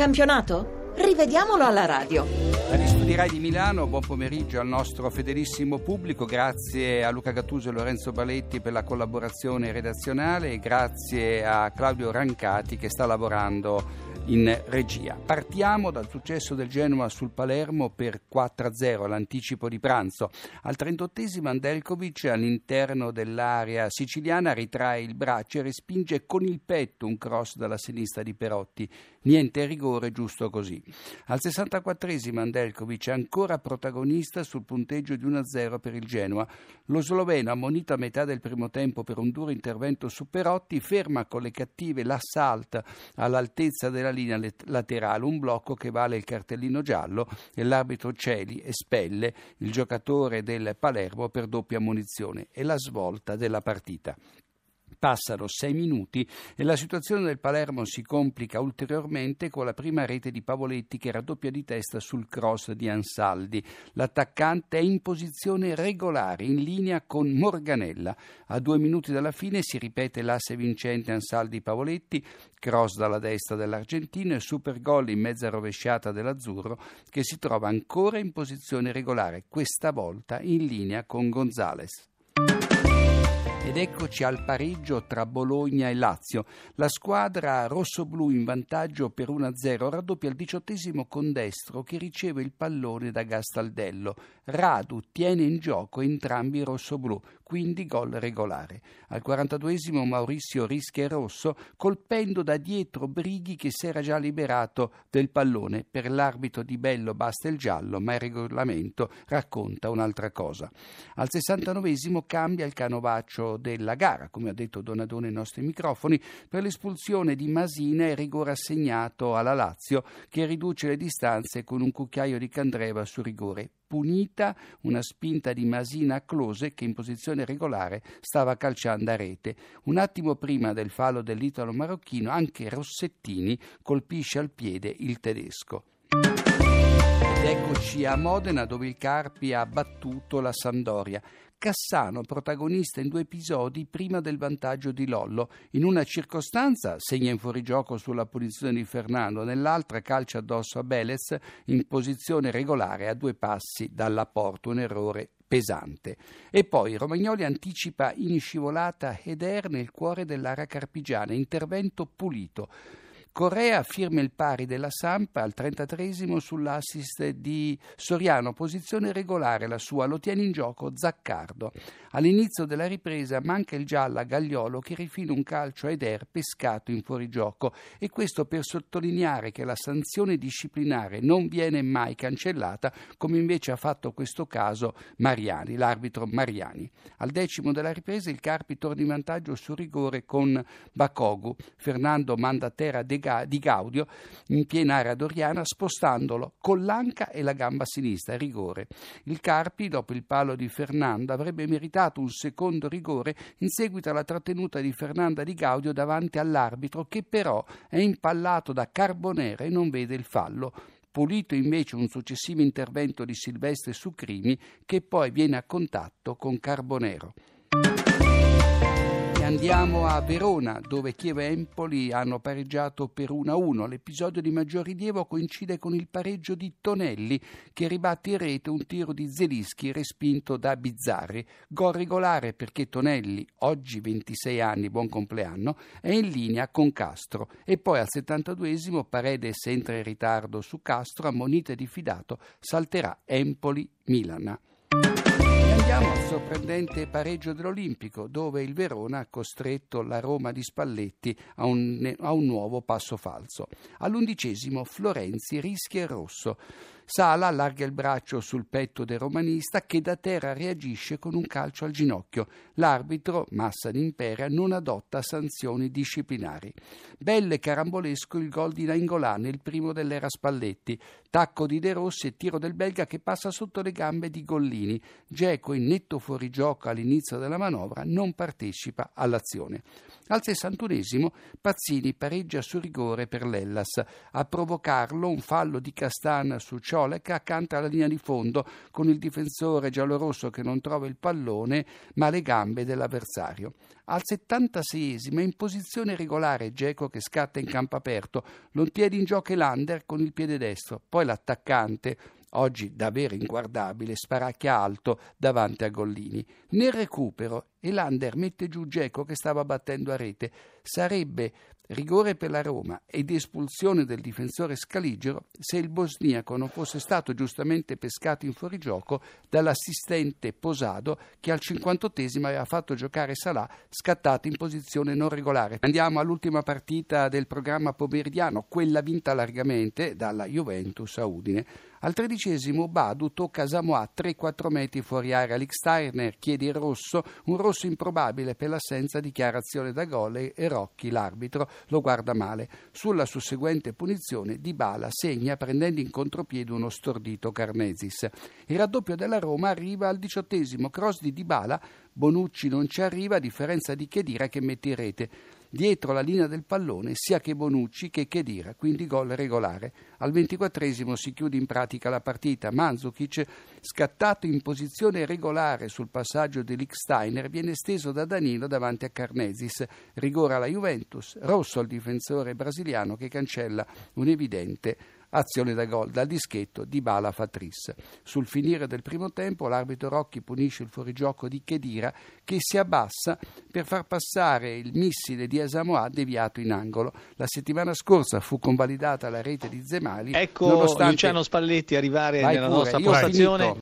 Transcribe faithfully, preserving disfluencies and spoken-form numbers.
campionato? Rivediamolo alla radio. Dagli studi Rai di Milano, buon pomeriggio al nostro fedelissimo pubblico. Grazie a Luca Gattuso e Lorenzo Baletti per la collaborazione redazionale e grazie a Claudio Rancati che sta lavorando in regia. Partiamo dal successo del Genoa sul Palermo per quattro a zero all'anticipo di pranzo. Al trentottesimo Andelkovic all'interno dell'area siciliana ritrae il braccio e respinge con il petto un cross dalla sinistra di Perotti. Niente rigore, giusto così. Al sessantaquattresimo Andelkovic è ancora protagonista sul punteggio di uno a zero per il Genoa. Lo sloveno, ammonito a metà del primo tempo per un duro intervento su Perotti, ferma con le cattive l'assalto all'altezza della linea laterale, un blocco che vale il cartellino giallo e l'arbitro Celi espelle il giocatore del Palermo per doppia ammonizione e la svolta della partita. Passano sei minuti e la situazione del Palermo si complica ulteriormente con la prima rete di Pavoletti che raddoppia di testa sul cross di Ansaldi. L'attaccante è in posizione regolare, in linea con Morganella. A due minuti dalla fine si ripete l'asse vincente Ansaldi-Pavoletti, cross dalla destra dell'argentino e super gol in mezza rovesciata dell'azzurro che si trova ancora in posizione regolare, questa volta in linea con Gonzalez. Ed eccoci al pareggio tra Bologna e Lazio. La squadra rossoblù in vantaggio per uno a zero raddoppia al diciottesimo con destro che riceve il pallone da Gastaldello. Radu tiene in gioco entrambi i rossoblù, quindi gol regolare. Al quarantaduesimo Maurizio rischia il rosso colpendo da dietro Brighi che si era già liberato del pallone. Per l'arbitro Di Bello basta il giallo, ma il regolamento racconta un'altra cosa. Al sessantanovesimo cambia il canovaccio della gara, come ha detto Donadoni ai nostri microfoni, per l'espulsione di Masina e rigore assegnato alla Lazio che riduce le distanze con un cucchiaio di Candreva su rigore. Punita una spinta di Masina a Close che in posizione regolare stava calciando a rete. Un attimo prima del fallo dell'italo marocchino anche Rossettini colpisce al piede il tedesco. Ed eccoci a Modena dove il Carpi ha battuto la Sampdoria. Cassano, protagonista in due episodi prima del vantaggio di Lollo. In una circostanza segna in fuorigioco sulla punizione di Fernando, nell'altra calcia addosso a Belez in posizione regolare a due passi dalla porta, un errore pesante. E poi Romagnoli anticipa in scivolata Heder nel cuore dell'area carpigiana, intervento pulito. Correa firma il pari della Samp al trentatreesimo sull'assist di Soriano, posizione regolare la sua, lo tiene in gioco Zaccardo. All'inizio della ripresa manca il giallo a Gagliolo che rifila un calcio a Eder pescato in fuorigioco e questo per sottolineare che la sanzione disciplinare non viene mai cancellata come invece ha fatto questo caso Mariani, l'arbitro Mariani. Al decimo della ripresa il Carpi torna in vantaggio su rigore con Bakogu. Fernando manda a terra De di Gaudio in piena area doriana spostandolo con l'anca e la gamba sinistra, rigore. Il Carpi dopo il palo di Fernando avrebbe meritato un secondo rigore in seguito alla trattenuta di Fernanda Di Gaudio davanti all'arbitro che però è impallato da Carbonera e non vede il fallo. Pulito invece un successivo intervento di Silvestre su Crimi che poi viene a contatto con Carbonero. Andiamo a Verona, dove Chievo e Empoli hanno pareggiato per uno a uno. L'episodio di maggior rilievo coincide con il pareggio di Tonelli, che ribatte in rete un tiro di Zelischi respinto da Bizzarri. Gol regolare perché Tonelli, oggi ventisei anni, buon compleanno, è in linea con Castro. E poi al settantaduesimo Paredes entra in ritardo su Castro, ammonito e diffidato, salterà Empoli-Milan. Andiamo al sorprendente pareggio dell'Olimpico, dove il Verona ha costretto la Roma di Spalletti a un, a un nuovo passo falso. All'undicesimo Florenzi rischia il rosso. Sala allarga il braccio sul petto del romanista che da terra reagisce con un calcio al ginocchio. L'arbitro, Massa d'Imperia, non adotta sanzioni disciplinari. Bello e carambolesco il gol di Nainggolan, il primo dell'era Spalletti. Tacco di De Rossi e tiro del belga che passa sotto le gambe di Gollini. Dzeko, in netto fuorigioco all'inizio della manovra, non partecipa all'azione. Al sessantunesimo Pazzini pareggia su rigore per l'Hellas. A provocarlo un fallo di Castan su Ciolek accanto alla linea di fondo con il difensore giallorosso che non trova il pallone ma le gambe dell'avversario. Al settantaseiesimo è in posizione regolare Dzeko che scatta in campo aperto, lo tiene in gioco Elander con il piede destro, poi l'attaccante, oggi davvero inguardabile, sparacchia alto davanti a Gollini. Nel recupero Elander mette giù Dzeko che stava battendo a rete. Sarebbe rigore per la Roma ed espulsione del difensore Scaligero se il bosniaco non fosse stato giustamente pescato in fuorigioco dall'assistente Posado che al cinquantottesimo aveva fatto giocare Salah scattato in posizione non regolare. Andiamo all'ultima partita del programma pomeridiano, quella vinta largamente dalla Juventus a Udine. Al tredicesimo Badu tocca Samoa tre quattro metri fuori area. Lichtsteiner chiede il rosso, un rosso improbabile per l'assenza di dichiarazione da gol e Rocchi, l'arbitro, lo guarda male. Sulla susseguente punizione Dybala segna prendendo in contropiede uno stordito Karnezis. Il raddoppio della Roma arriva al diciottesimo, cross di Dybala, Bonucci non ci arriva a differenza di Khedira che mette in rete. Dietro la linea del pallone sia che Bonucci che Khedira, quindi gol regolare. Al ventiquattresimo si chiude in pratica la partita. Mandzukic, scattato in posizione regolare sul passaggio di Lichtsteiner, viene steso da Danilo davanti a Karnezis. Rigore alla Juventus, rosso al difensore brasiliano che cancella un'evidente azione da gol. Dal dischetto Dybala fa tris. Sul finire del primo tempo l'arbitro Rocchi punisce il fuorigioco di Khedira che si abbassa per far passare il missile di Asamoah deviato in angolo. La settimana scorsa fu convalidata la rete di Zemali. Ecco nonostante... Luciano Spalletti arrivare Vai nella pure, nostra io ho postazione. finito.